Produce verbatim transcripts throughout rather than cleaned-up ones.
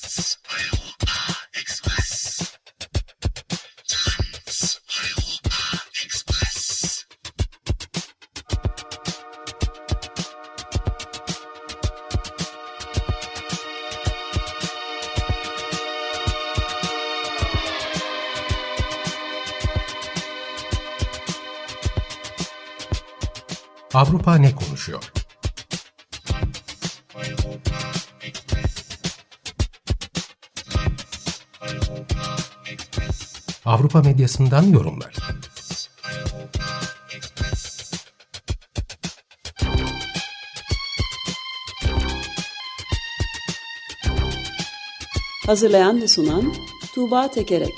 Avrupa ne konuşuyor? Avrupa medyasından yorumlar. Hazırlayan ve sunan Tuğba Tekerek.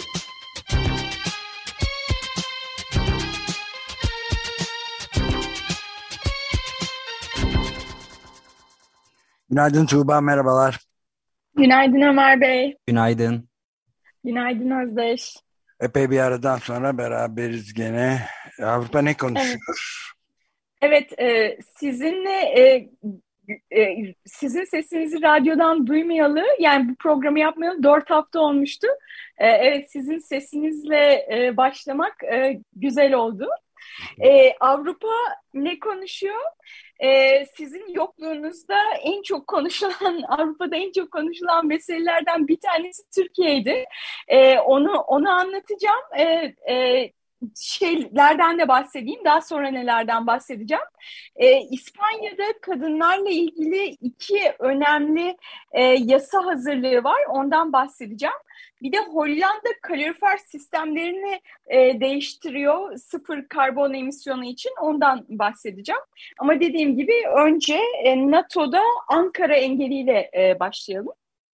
Günaydın Tuğba, merhabalar. Günaydın Ömer Bey. Günaydın. Günaydın Özdeş. Epey bir aradan sonra beraberiz gene. Avrupa ne konuşuyor? Evet, evet e, sizinle e, e, sizin sesinizi radyodan duymayalı, yani bu programı yapmayalı dört hafta olmuştu. E, evet, sizin sesinizle e, başlamak e, güzel oldu. E, Avrupa ne konuşuyor? Ee, sizin yokluğunuzda en çok konuşulan, Avrupa'da en çok konuşulan meselelerden bir tanesi Türkiye'ydi. Ee, onu onu anlatacağım. Ee, e, şeylerden de bahsedeyim. Daha sonra nelerden bahsedeceğim. Ee, İspanya'da kadınlarla ilgili iki önemli e, yasa hazırlığı var. Ondan bahsedeceğim. Bir de Hollanda kalorifer sistemlerini e, değiştiriyor sıfır karbon emisyonu için, ondan bahsedeceğim. Ama dediğim gibi önce e, NATO'da Ankara engeliyle e, başlayalım.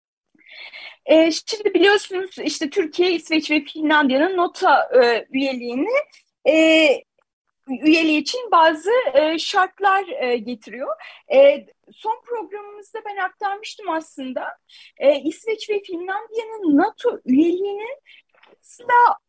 E, şimdi biliyorsunuz işte Türkiye, İsveç ve Finlandiya'nın NATO e, üyeliğini e, üyeliği için bazı e, şartlar e, getiriyor. E, son programımızda ben aktarmıştım aslında. E, İsveç ve Finlandiya'nın NATO üyeliğinin aslında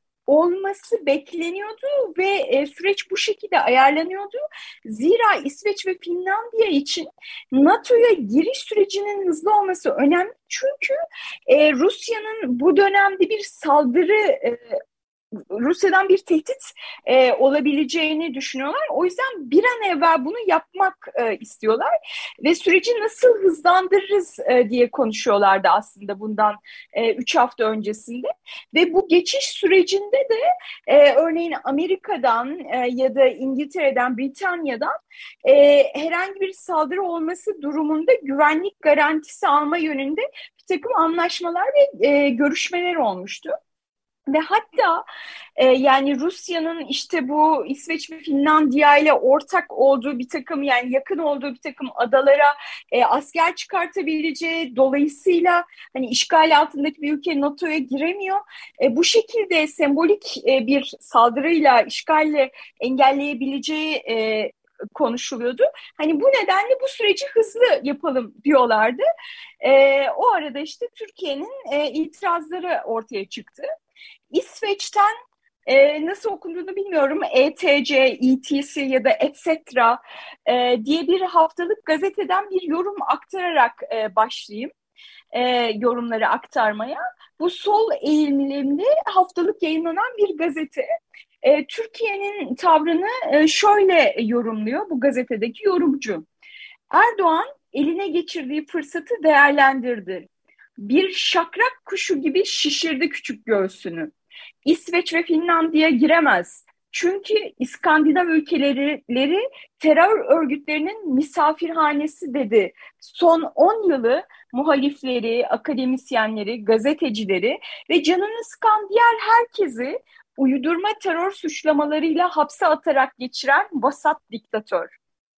olması bekleniyordu ve e, süreç bu şekilde ayarlanıyordu. Zira İsveç ve Finlandiya için NATO'ya giriş sürecinin hızlı olması önemli. Çünkü e, Rusya'nın bu dönemde bir saldırı e, Rusya'dan bir tehdit e, olabileceğini düşünüyorlar. O yüzden bir an evvel bunu yapmak e, istiyorlar ve süreci nasıl hızlandırırız e, diye konuşuyorlardı aslında bundan e, üç hafta öncesinde. Ve bu geçiş sürecinde de e, örneğin Amerika'dan e, ya da İngiltere'den, Britanya'dan e, herhangi bir saldırı olması durumunda güvenlik garantisi alma yönünde bir takım anlaşmalar ve e, görüşmeler olmuştu. Ve hatta e, yani Rusya'nın işte bu İsveç ve Finlandiya ile ortak olduğu bir takım, yani yakın olduğu bir takım adalara e, asker çıkartabileceği, dolayısıyla hani işgal altındaki bir ülke NATO'ya giremiyor. E, bu şekilde sembolik e, bir saldırıyla, işgalle engelleyebileceği e, konuşuluyordu. Hani bu nedenle bu süreci hızlı yapalım diyorlardı. E, o arada işte Türkiye'nin e, itirazları ortaya çıktı. İsveç'ten e, nasıl okunduğunu bilmiyorum, E T C, E T C ya da et cetera e, diye bir haftalık gazeteden bir yorum aktararak e, başlayayım e, yorumları aktarmaya. Bu sol eğilimli haftalık yayınlanan bir gazete. E, Türkiye'nin tavrını e, şöyle yorumluyor bu gazetedeki yorumcu. Erdoğan eline geçirdiği fırsatı değerlendirdi. Bir şakrak kuşu gibi şişirdi küçük göğsünü. İsveç ve Finlandiya giremez. Çünkü İskandinav ülkeleri terör örgütlerinin misafirhanesi dedi. Son on yılı muhalifleri, akademisyenleri, gazetecileri ve canını sıkan diğer herkesi uydurma terör suçlamalarıyla hapse atarak geçiren vasat diktatör.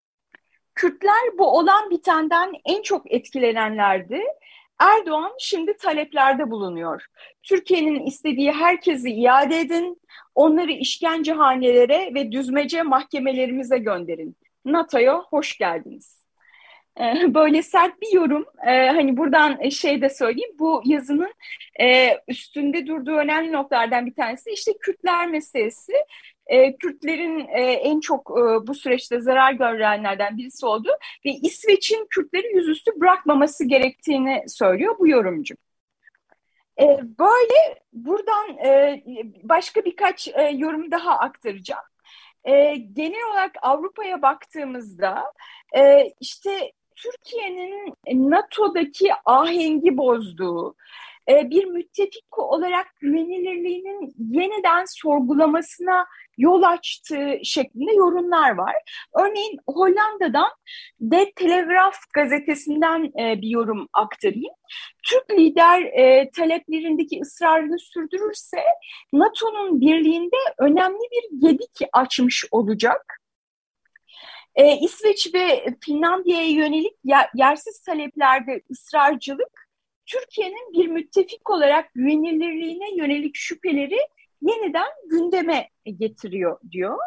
Kürtler bu olan bitenden en çok etkilenenlerdi. Erdoğan şimdi taleplerde bulunuyor. Türkiye'nin istediği herkesi iade edin, onları işkencehanelere ve düzmece mahkemelerimize gönderin. NATO'ya hoş geldiniz. Böyle sert bir yorum. Hani buradan şey de söyleyeyim, bu yazının üstünde durduğu önemli noktalardan bir tanesi işte Kürtler meselesi. Kürtlerin en çok bu süreçte zarar görenlerden birisi oldu ve İsveç'in Kürtleri yüzüstü bırakmaması gerektiğini söylüyor bu yorumcu. E, böyle buradan e, başka birkaç e, yorum daha aktaracağım. E, genel olarak Avrupa'ya baktığımızda e, işte Türkiye'nin NATO'daki ahengi bozduğu, e, bir müttefik olarak güvenilirliğinin yeniden sorgulamasına yol açtığı şeklinde yorumlar var. Örneğin Hollanda'dan De Telegraaf gazetesinden e, bir yorum aktarayım. Türk lider e, taleplerindeki ısrarını sürdürürse NATO'nun birliğinde önemli bir gedik açmış olacak. E, İsveç ve Finlandiya'ya yönelik yer, yersiz taleplerde ısrarcılık, Türkiye'nin bir müttefik olarak güvenilirliğine yönelik şüpheleri yeniden gündeme getiriyor diyor.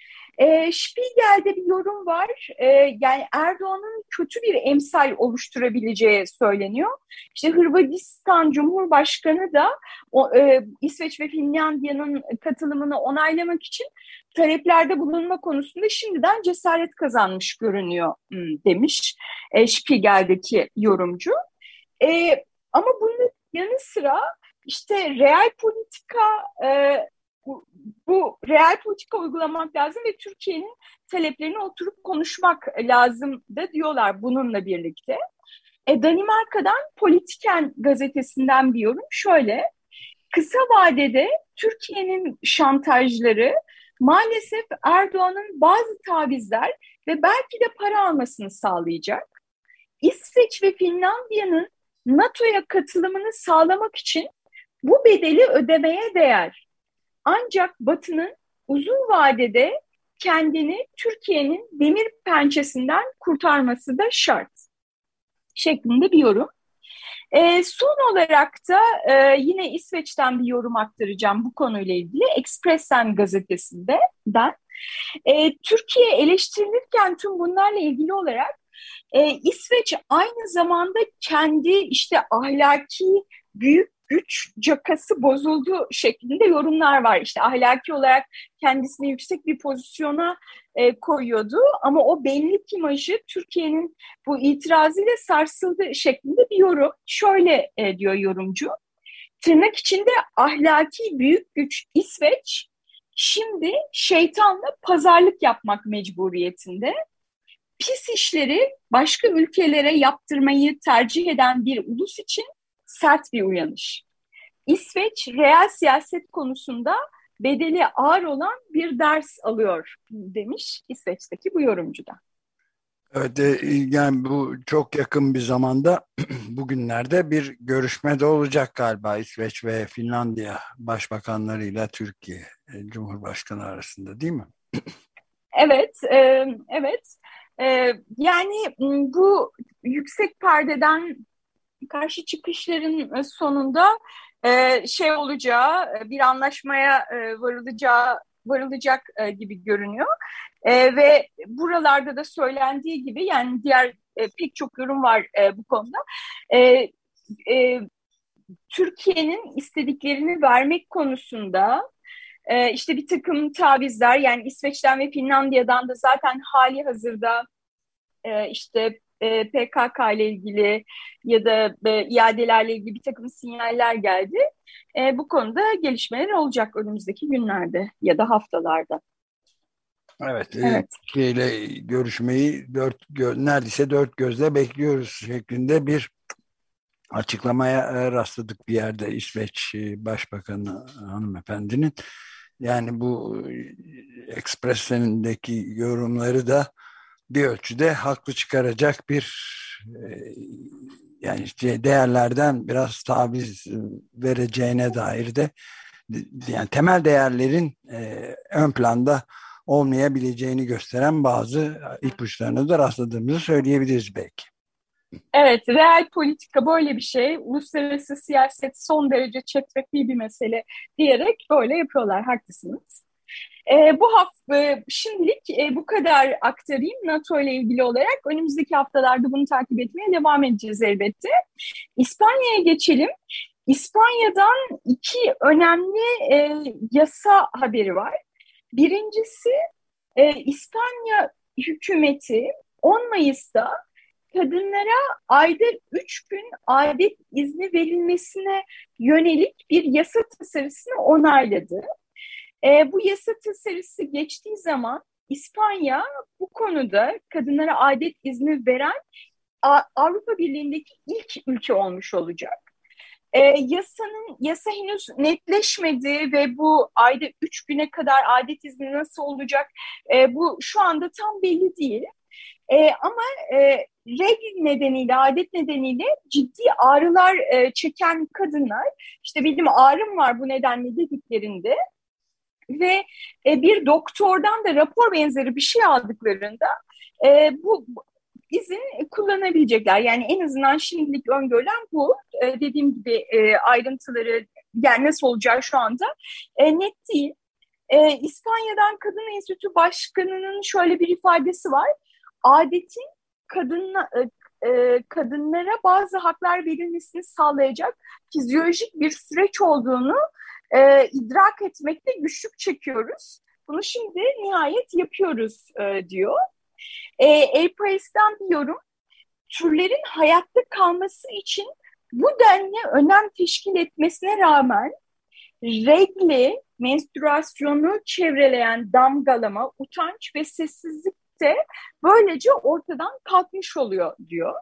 E, Spiegel'de bir yorum var. E, yani Erdoğan'ın kötü bir emsal oluşturabileceği söyleniyor. İşte Hırvatistan Cumhurbaşkanı da o, e, İsveç ve Finlandiya'nın katılımını onaylamak için taleplerde bulunma konusunda şimdiden cesaret kazanmış görünüyor demiş e, Spiegel'deki yorumcu. E, ama bunun yanı sıra işte real politika e, bu, bu real politika uygulamak lazım ve Türkiye'nin taleplerini oturup konuşmak lazım da diyorlar bununla birlikte. E, Danimarka'dan Politiken gazetesinden bir yorum şöyle: kısa vadede Türkiye'nin şantajları maalesef Erdoğan'ın bazı tavizler ve belki de para almasını sağlayacak. İsveç ve Finlandiya'nın NATO'ya katılımını sağlamak için bu bedeli ödemeye değer. Ancak Batı'nın uzun vadede kendini Türkiye'nin demir pençesinden kurtarması da şart şeklinde bir yorum. E, son olarak da e, yine İsveç'ten bir yorum aktaracağım bu konuyla ilgili. Expressen gazetesinden. E, Türkiye eleştirilirken tüm bunlarla ilgili olarak e, İsveç aynı zamanda kendi işte ahlaki büyük güç cakası bozuldu şeklinde yorumlar var. İşte ahlaki olarak kendisini yüksek bir pozisyona e, koyuyordu ama o benlik imajı Türkiye'nin bu itirazıyla sarsıldı şeklinde bir yorum. Şöyle e, diyor yorumcu: tırnak içinde ahlaki büyük güç İsveç şimdi şeytanla pazarlık yapmak mecburiyetinde. Pis işleri başka ülkelere yaptırmayı tercih eden bir ulus için sert bir uyanış. İsveç reel siyaset konusunda bedeli ağır olan bir ders alıyor demiş İsveç'teki bu yorumcu da. Evet, e, yani bu çok yakın bir zamanda bugünlerde bir görüşme de olacak galiba İsveç ve Finlandiya başbakanlarıyla Türkiye e, Cumhurbaşkanı arasında, değil mi? Evet, e, evet. E, yani bu yüksek perdeden karşı çıkışların sonunda e, şey olacağı, bir anlaşmaya e, varılacağı varılacak e, gibi görünüyor. E, ve buralarda da söylendiği gibi, yani diğer e, pek çok yorum var e, bu konuda. E, e, Türkiye'nin istediklerini vermek konusunda e, işte bir takım tavizler, yani İsveç'ten ve Finlandiya'dan da zaten hali hazırda e, işte e, P K K ile ilgili ya da e, iadelerle ilgili bir takım sinyaller geldi. E, bu konuda gelişmeler olacak önümüzdeki günlerde ya da haftalarda. Evet, e, Evet. Türkiye ile görüşmeyi dört gö- neredeyse dört gözle bekliyoruz şeklinde bir açıklamaya e, rastladık bir yerde İsveç e, Başbakanı hanımefendinin. Yani bu e, Expressen'deki yorumları da bir ölçüde haklı çıkaracak bir e, yani işte değerlerden biraz taviz vereceğine dair de, yani temel değerlerin e, ön planda olmayabileceğini gösteren bazı ipuçlarına da rastladığımızı söyleyebiliriz belki. Evet, real politika böyle bir şey. Uluslararası siyaset son derece çetrefilli bir mesele diyerek böyle yapıyorlar. Haklısınız. E, bu hafta şimdilik e, bu kadar aktarayım NATO ile ilgili olarak. Önümüzdeki haftalarda bunu takip etmeye devam edeceğiz elbette. İspanya'ya geçelim. İspanya'dan iki önemli e, yasa haberi var. Birincisi, e, İspanya hükümeti on Mayıs'ta kadınlara ayda üç gün adet izni verilmesine yönelik bir yasa tasarısını onayladı. E, bu yasa tasarısı geçtiği zaman İspanya bu konuda kadınlara adet izni veren A- Avrupa Birliği'ndeki ilk ülke olmuş olacak. E, yasanın yasa henüz netleşmedi ve bu ayda üç güne kadar adet izni nasıl olacak? E, bu şu anda tam belli değil. E, ama e, regl nedeniyle, adet nedeniyle ciddi ağrılar e, çeken kadınlar, işte benim ağrım var bu nedenle dediklerinde ve e, bir doktordan da rapor benzeri bir şey aldıklarında e, bu izin kullanabilecekler. Yani en azından şimdilik öngörülen bu. E, dediğim gibi e, ayrıntıları yani nasıl olacağı şu anda e, net değil. E, İspanya'dan Kadın Enstitüsü Başkanı'nın şöyle bir ifadesi var. Adetin kadınla, e, e, kadınlara bazı haklar verilmesini sağlayacak fizyolojik bir süreç olduğunu e, idrak etmekte güçlük çekiyoruz. Bunu şimdi nihayet yapıyoruz e, diyor. E, El País'ten bir yorum. Türlerin hayatta kalması için bu denli önem teşkil etmesine rağmen regli, menstruasyonu çevreleyen damgalama, utanç ve sessizlik de böylece ortadan kalkmış oluyor diyor.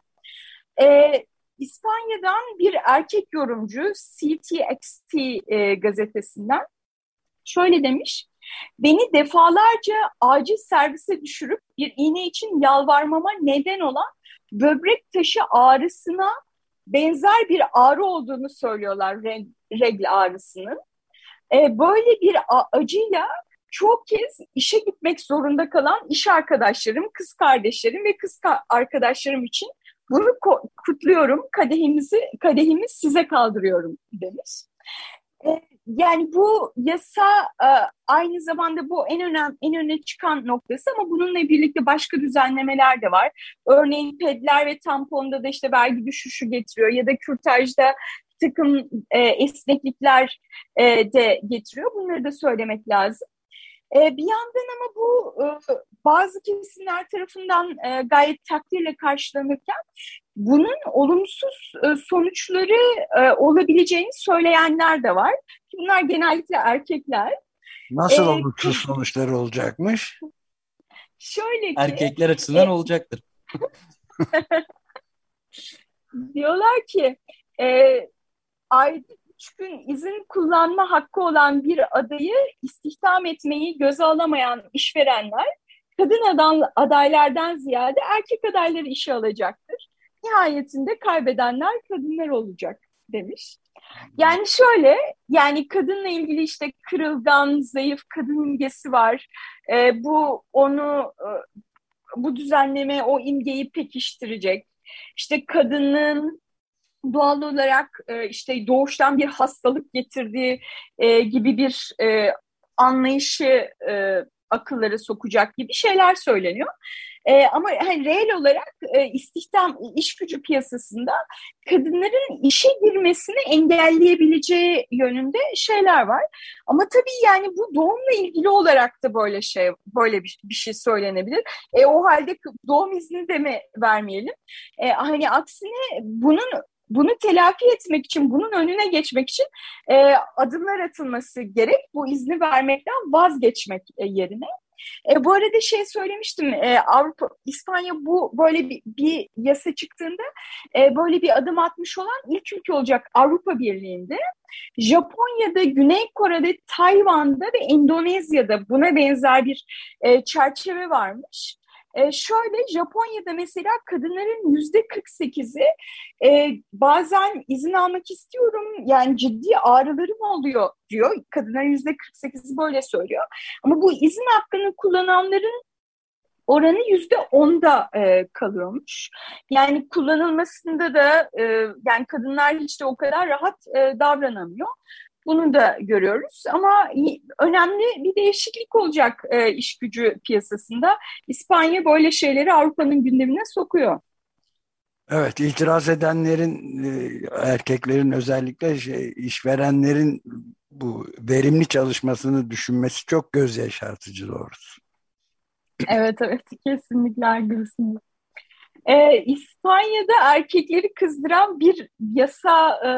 Ee, İspanya'dan bir erkek yorumcu C T X T e, gazetesinden şöyle demiş. Beni defalarca acil servise düşürüp bir iğne için yalvarmama neden olan böbrek taşı ağrısına benzer bir ağrı olduğunu söylüyorlar, regl ağrısının. Ee, böyle bir acıyla çok kez işe gitmek zorunda kalan iş arkadaşlarım, kız kardeşlerim ve kız arkadaşlarım için bunu kutluyorum. Kadehimizi, kadehimi size kaldırıyorum demiş. Ee, yani bu yasa e, aynı zamanda bu en önemli, en öne çıkan noktası ama bununla birlikte başka düzenlemeler de var. Örneğin pedler ve tamponda da işte vergi düşüşü getiriyor ya da kürtajda bir takım e, esneklikler e, de getiriyor. Bunları da söylemek lazım. E, bir yandan ama bu e, bazı kesimler tarafından e, gayet takdirle karşılanırken bunun olumsuz e, sonuçları e, olabileceğini söyleyenler de var. Bunlar genellikle erkekler. Nasıl E, olumsuz sonuçları olacakmış? Şöyle ki... Erkekler açısından e, olacaktır. diyorlar ki e, ayda üç gün izin kullanma hakkı olan bir adayı istihdam etmeyi göze alamayan işverenler kadın adam, adaylardan ziyade erkek adayları işe alacaktır. Nihayetinde kaybedenler kadınlar olacak demiş. Yani şöyle, yani kadınla ilgili işte kırılgan, zayıf kadın imgesi var. E, bu onu, e, bu düzenleme o imgeyi pekiştirecek. İşte kadının doğal olarak e, işte doğuştan bir hastalık getirdiği e, gibi bir e, anlayışı e, akıllara sokacak gibi şeyler söyleniyor. E, ama hani reel olarak e, istihdam, iş gücü piyasasında kadınların işe girmesini engelleyebileceği yönünde şeyler var. Ama tabii yani bu doğumla ilgili olarak da böyle şey, böyle bir, bir şey söylenebilir. E, o halde doğum izni de mi vermeyelim? E, hani aksine bunun Bunu telafi etmek için, bunun önüne geçmek için e, adımlar atılması gerek. Bu izni vermekten vazgeçmek e, yerine. E, bu arada şey söylemiştim, e, Avrupa, İspanya bu böyle bir, bir yasa çıktığında e, böyle bir adım atmış olan ilk ülke olacak Avrupa Birliği'nde. Japonya'da, Güney Kore'de, Tayvan'da ve Endonezya'da buna benzer bir e, çerçeve varmış. E, şöyle Japonya'da mesela kadınların yüzde kırk sekizi e, bazen izin almak istiyorum yani ciddi ağrılarım oluyor diyor. Kadınların yüzde kırk sekizi böyle söylüyor. Ama bu izin hakkını kullananların oranı yüzde onda e, kalıyormuş. Yani kullanılmasında da e, yani kadınlar hiç de o kadar rahat e, davranamıyor. Bunu da görüyoruz ama önemli bir değişiklik olacak e, iş gücü piyasasında. İspanya böyle şeyleri Avrupa'nın gündemine sokuyor. Evet, itiraz edenlerin, e, erkeklerin özellikle şey, işverenlerin bu verimli çalışmasını düşünmesi çok göz yaşartıcı doğrusu. Evet evet kesinlikle haklısınız. Ee, İspanya'da erkekleri kızdıran bir yasa e,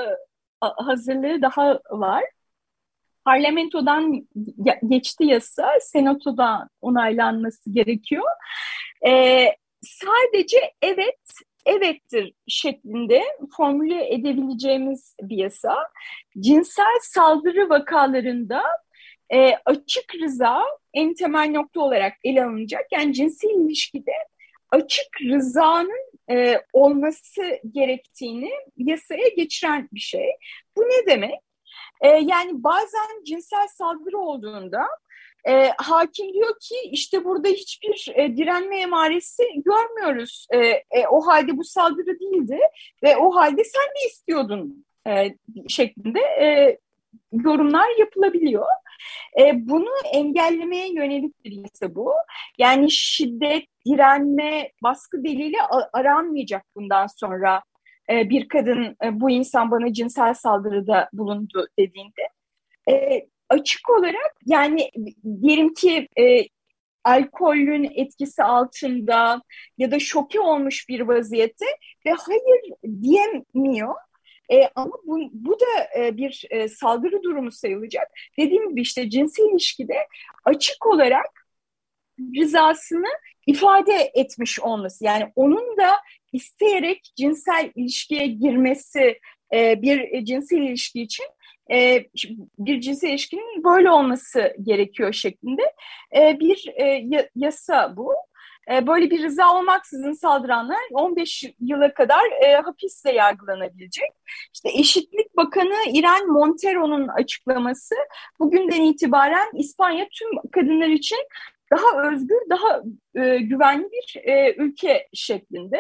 hazırlığı daha var. Parlamentodan geçti yasa, senatodan onaylanması gerekiyor. Ee, sadece evet, evettir şeklinde formüle edebileceğimiz bir yasa. Cinsel saldırı vakalarında e, açık rıza en temel nokta olarak ele alınacak. Yani cinsel ilişkide açık rızanın e, olması gerektiğini yasaya geçiren bir şey. Bu ne demek? E, yani bazen cinsel saldırı olduğunda e, hakim diyor ki işte burada hiçbir e, direnme emaresi görmüyoruz. E, e, o halde bu saldırı değildi ve o halde sen ne istiyordun e, şeklinde e, yorumlar yapılabiliyor. E, bunu engellemeye yönelik bir yasa bu. Yani şiddet, direnme, baskı delili aranmayacak bundan sonra e, bir kadın e, bu insan bana cinsel saldırıda bulundu dediğinde. E, açık olarak yani diyelim ki e, alkolün etkisi altında ya da şoke olmuş bir vaziyette ve hayır diyemiyor. E, ama bu, bu da e, bir e, saldırı durumu sayılacak. Dediğim gibi işte cinsel ilişkide açık olarak rızasını ifade etmiş olması. Yani onun da isteyerek cinsel ilişkiye girmesi e, bir e, cinsel ilişki için e, bir cinsel ilişkinin böyle olması gerekiyor şeklinde e, bir e, yasa bu. E, böyle bir rıza olmaksızın saldıranlar on beş yıla kadar e, hapisle yargılanabilecek. İşte Eşitlik Bakanı Irene Montero'nun açıklaması bugünden itibaren İspanya tüm kadınlar için daha özgür, daha e, güvenli bir e, ülke şeklinde.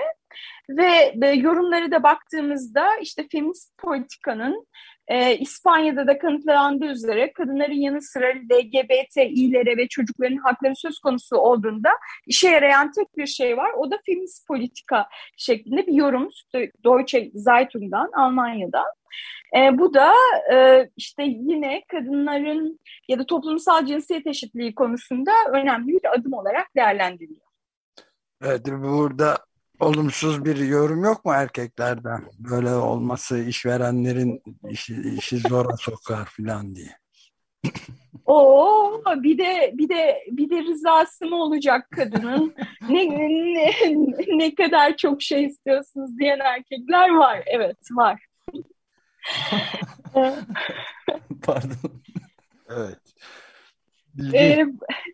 Ve e, yorumları da baktığımızda işte feminist politikanın e, İspanya'da da kanıtlandığı üzere kadınların yanı sıra L G B T İ'lere ve çocukların hakları söz konusu olduğunda işe yarayan tek bir şey var. O da feminist politika şeklinde bir yorum Deutsche Zeitung'dan, Almanya'dan. E, bu da e, işte yine kadınların ya da toplumsal cinsiyet eşitliği konusunda önemli bir adım olarak değerlendiriliyor. Evet, burada olumsuz bir yorum yok mu erkeklerden? Böyle olması işverenlerin işi, işi zora sokar falan diye. Oo, bir de bir de bir de rızası mı olacak kadının? ne, ne ne kadar çok şey istiyorsunuz diyen erkekler var. Evet, var. Pardon. Evet. Ee,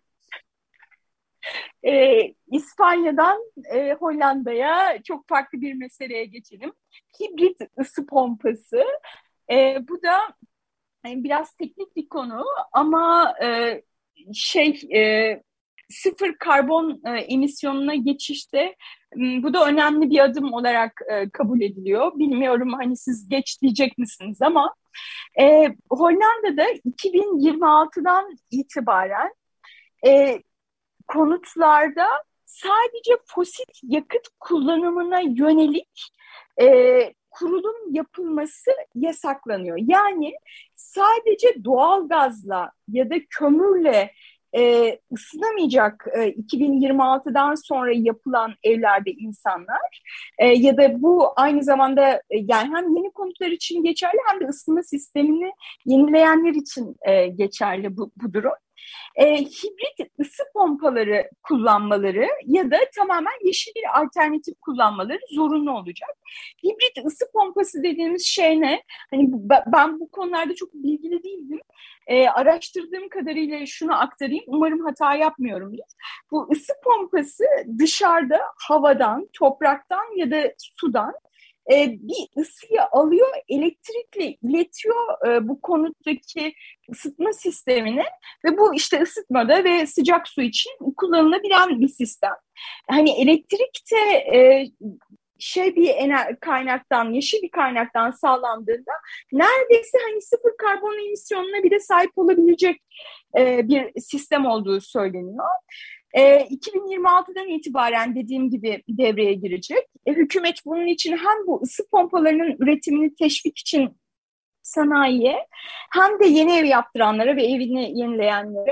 e, İspanya'dan e, Hollanda'ya çok farklı bir meseleye geçelim. Hibrit ısı pompası. E, bu da yani biraz teknik bir konu ama e, şey e, sıfır karbon e, emisyonuna geçişte m, bu da önemli bir adım olarak e, kabul ediliyor. Bilmiyorum hani siz geç diyecek misiniz ama e, Hollanda'da iki bin yirmi altıdan itibaren e, konutlarda sadece fosil yakıt kullanımına yönelik e, kurulum yapılması yasaklanıyor. Yani sadece doğal gazla ya da kömürle e, ısınamayacak e, iki bin yirmi altıdan sonra yapılan evlerde insanlar e, ya da bu aynı zamanda e, yani hem yeni konutlar için geçerli hem de ısınma sistemini yenileyenler için e, geçerli bu, bu durum. E, hibrit ısı pompaları kullanmaları ya da tamamen yeşil bir alternatif kullanmaları zorunlu olacak. Hibrit ısı pompası dediğimiz şey ne? Hani ben bu konularda çok bilgili değildim. E, araştırdığım kadarıyla şunu aktarayım. Umarım hata yapmıyorumdur. Bu ısı pompası dışarıda havadan, topraktan ya da sudan e, bir ısıyı alıyor, elektrikle iletiyor e, bu konuttaki ısıtma sistemine ve bu işte ısıtmada ve sıcak su için kullanılabilen bir sistem. Hani elektrik de e, şey bir ener- kaynaktan, yeşil bir kaynaktan sağlandığında neredeyse hani sıfır karbon emisyonuna bile sahip olabilecek e, bir sistem olduğu söyleniyor. E, iki bin yirmi altıdan itibaren dediğim gibi devreye girecek. E, hükümet bunun için hem bu ısı pompalarının üretimini teşvik için sanayiye hem de yeni ev yaptıranlara ve evini yenileyenlere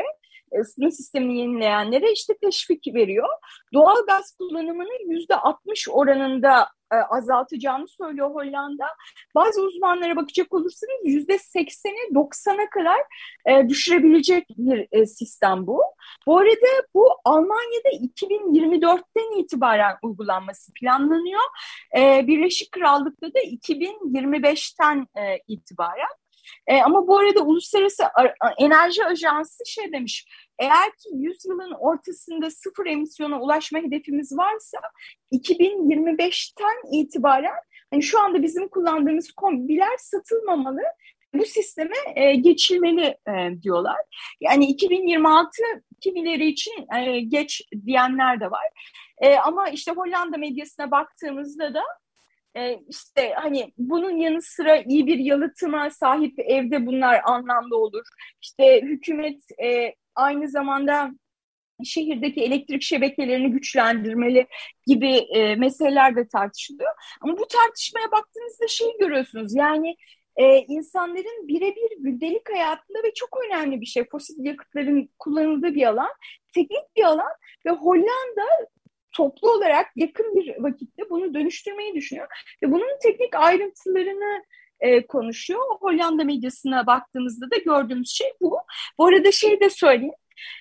ısıtma sistemini yenileyenlere işte teşvik veriyor. Doğal gaz kullanımını yüzde altmış oranında e, azaltacağını söylüyor Hollanda. Bazı uzmanlara bakacak olursanız yüzde seksene doksana kadar e, düşürebilecek bir e, sistem bu. Bu arada bu Almanya'da iki bin yirmi dörtten itibaren uygulanması planlanıyor. E, Birleşik Krallık'ta da iki bin yirmi beşten e, itibaren. E, ama bu arada Uluslararası Enerji Ajansı şey demiş, eğer ki yüzyılın ortasında sıfır emisyona ulaşma hedefimiz varsa iki bin yirmi beşten itibaren hani şu anda bizim kullandığımız kombiler satılmamalı, bu sisteme e, geçilmeli e, diyorlar. Yani iki bin yirmi altı kimileri için e, geç diyenler de var. E, ama işte Hollanda medyasına baktığımızda da Ee, işte hani bunun yanı sıra iyi bir yalıtıma sahip evde bunlar anlamlı olur. İşte hükümet e, aynı zamanda şehirdeki elektrik şebekelerini güçlendirmeli gibi e, meseleler de tartışılıyor. Ama bu tartışmaya baktığınızda şeyi görüyorsunuz, yani e, insanların birebir gündelik hayatında ve çok önemli bir şey, fosil yakıtların kullanıldığı bir alan, teknik bir alan ve Hollanda toplu olarak yakın bir vakitte bunu dönüştürmeyi düşünüyor. Ve bunun teknik ayrıntılarını e, konuşuyor. Hollanda medyasına baktığımızda da gördüğümüz şey bu. Bu arada şey de söyleyeyim.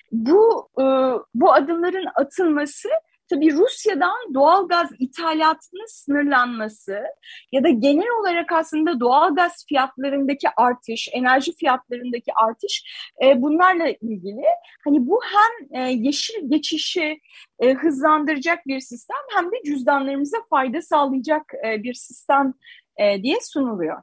Bu, e, bu adımların atılması tabii Rusya'dan doğal gaz ithalatının sınırlanması ya da genel olarak aslında doğal gaz fiyatlarındaki artış, enerji fiyatlarındaki artış e, bunlarla ilgili. Hani bu hem e, yeşil geçişi e, hızlandıracak bir sistem hem de cüzdanlarımıza fayda sağlayacak e, bir sistem e, diye sunuluyor.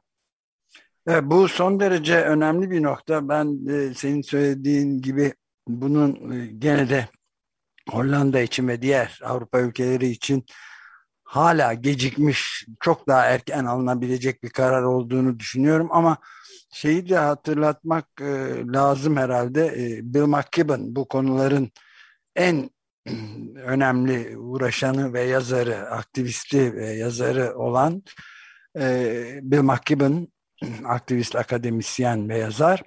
Evet, bu son derece önemli bir nokta. Ben e, senin söylediğin gibi bunun e, gene de Hollanda için ve diğer Avrupa ülkeleri için hala gecikmiş, çok daha erken alınabilecek bir karar olduğunu düşünüyorum. Ama şeyi de hatırlatmak e, lazım herhalde. E, Bill McKibben bu konuların en önemli uğraşanı ve yazarı, aktivisti ve yazarı olan e, Bill McKibben, aktivist, akademisyen ve yazar.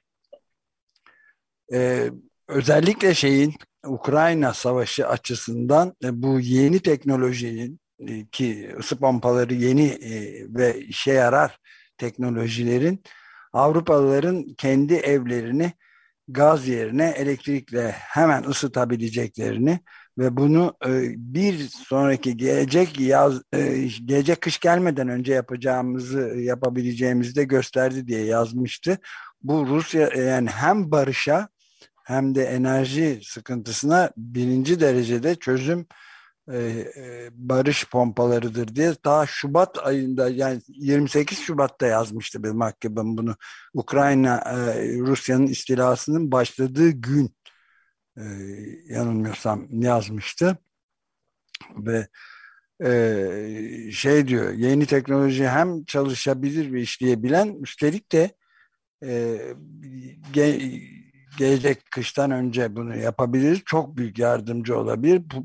E, özellikle şeyin Ukrayna Savaşı açısından e, bu yeni teknolojinin e, ki ısı pompaları yeni e, ve işe yarar teknolojilerin Avrupalıların kendi evlerini gaz yerine elektrikle hemen ısıtabileceklerini ve bunu e, bir sonraki gelecek yaz e, gelecek kış gelmeden önce yapacağımızı yapabileceğimizi de gösterdi diye yazmıştı. Bu Rusya yani hem barışa hem de enerji sıkıntısına birinci derecede çözüm e, e, barış pompalarıdır diye daha Şubat ayında, yani yirmi sekiz Şubat'ta yazmıştı Bill McKibben bunu. Ukrayna e, Rusya'nın istilasının başladığı gün e, yanılmıyorsam yazmıştı ve e, şey diyor, yeni teknoloji hem çalışabilir ve işleyebilen, üstelik de e, ge, gelecek kıştan önce bunu yapabiliriz. Çok büyük yardımcı olabilir. Bu,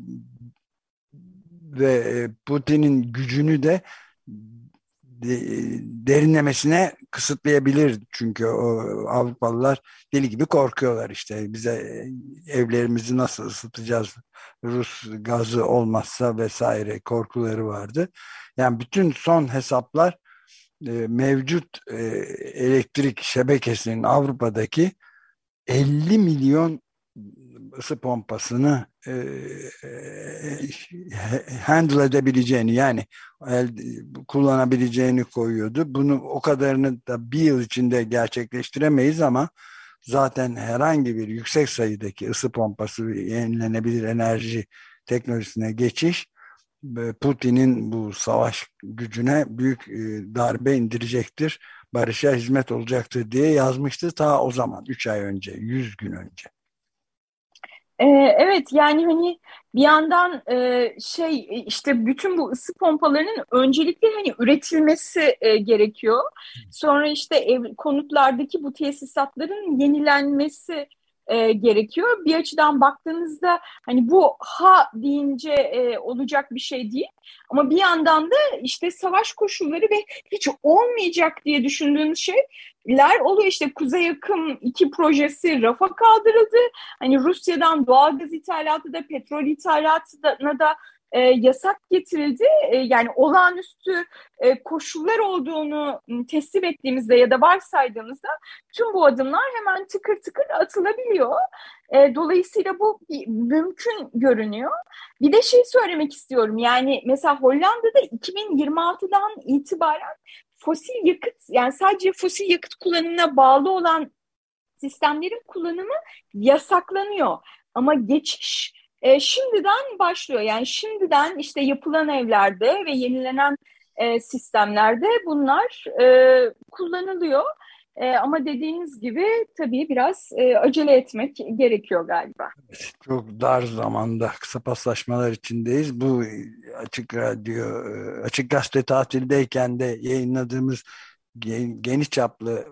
ve Putin'in gücünü de de, derinlemesine kısıtlayabilir. Çünkü o Avrupalılar deli gibi korkuyorlar işte. Bize evlerimizi nasıl ısıtacağız? Rus gazı olmazsa vesaire korkuları vardı. Yani bütün son hesaplar e, mevcut e, elektrik şebekesinin Avrupa'daki elli milyon ısı pompasını e, e, handle edebileceğini, yani el, kullanabileceğini koyuyordu. Bunu o kadarını da bir yıl içinde gerçekleştiremeyiz ama zaten herhangi bir yüksek sayıdaki ısı pompası ve yenilenebilir enerji teknolojisine geçiş Putin'in bu savaş gücüne büyük darbe indirecektir, barışa hizmet olacaktır diye yazmıştı ta o zaman, üç ay önce, yüz gün önce. Ee, evet, yani hani bir yandan e, şey işte bütün bu ısı pompalarının öncelikle hani üretilmesi e, gerekiyor. Sonra işte ev, konutlardaki bu tesisatların yenilenmesi e, gerekiyor. Bir açıdan baktığınızda hani bu ha deyince e, olacak bir şey değil. Ama bir yandan da işte savaş koşulları ve hiç olmayacak diye düşündüğünüz şeyler oluyor. İşte Kuzey Akım iki projesi rafa kaldırıldı. Hani Rusya'dan doğalgaz ithalatı da petrol ithalatına da e, yasak getirildi. E, yani olağanüstü e, koşullar olduğunu teslim ettiğimizde ya da varsaydığımızda tüm bu adımlar hemen tıkır tıkır atılabiliyor. E, dolayısıyla bu mümkün görünüyor. Bir de şey söylemek istiyorum. Yani mesela Hollanda'da iki bin yirmi altıdan itibaren fosil yakıt, yani sadece fosil yakıt kullanımına bağlı olan sistemlerin kullanımı yasaklanıyor. Ama geçiş e, şimdiden başlıyor. Yani şimdiden işte yapılan evlerde ve yenilenen e, sistemlerde bunlar e, kullanılıyor. E, ama dediğiniz gibi tabii biraz e, acele etmek gerekiyor galiba. Çok dar zamanda kısa paslaşmalar içindeyiz. Bu Açık Radyo, Açık Gazete tatildeyken de yayınladığımız geniş çaplı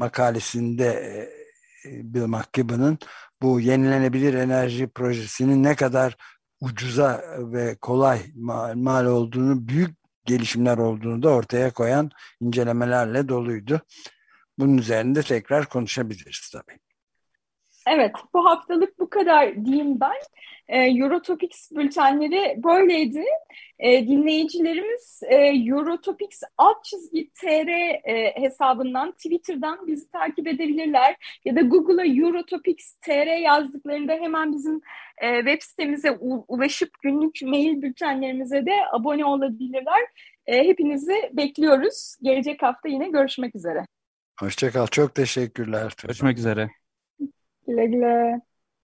makalesinde Bill McKibben'ın bu yenilenebilir enerji projesinin ne kadar ucuza ve kolay mal, mal olduğunu, büyük gelişimler olduğunu da ortaya koyan incelemelerle doluydu. Bunun üzerinde tekrar konuşabiliriz tabii. Evet, bu haftalık bu kadar diyeyim ben. E, Eurotopics bültenleri böyleydi. E, dinleyicilerimiz e, Eurotopics alt çizgi tr e, hesabından, Twitter'dan bizi takip edebilirler. Ya da Google'a Eurotopics tr yazdıklarında hemen bizim e, web sitemize u- ulaşıp günlük mail bültenlerimize de abone olabilirler. E, hepinizi bekliyoruz. Gelecek hafta yine görüşmek üzere. Hoşça kal. Çok teşekkürler. Görüşmek üzere. Güle güle.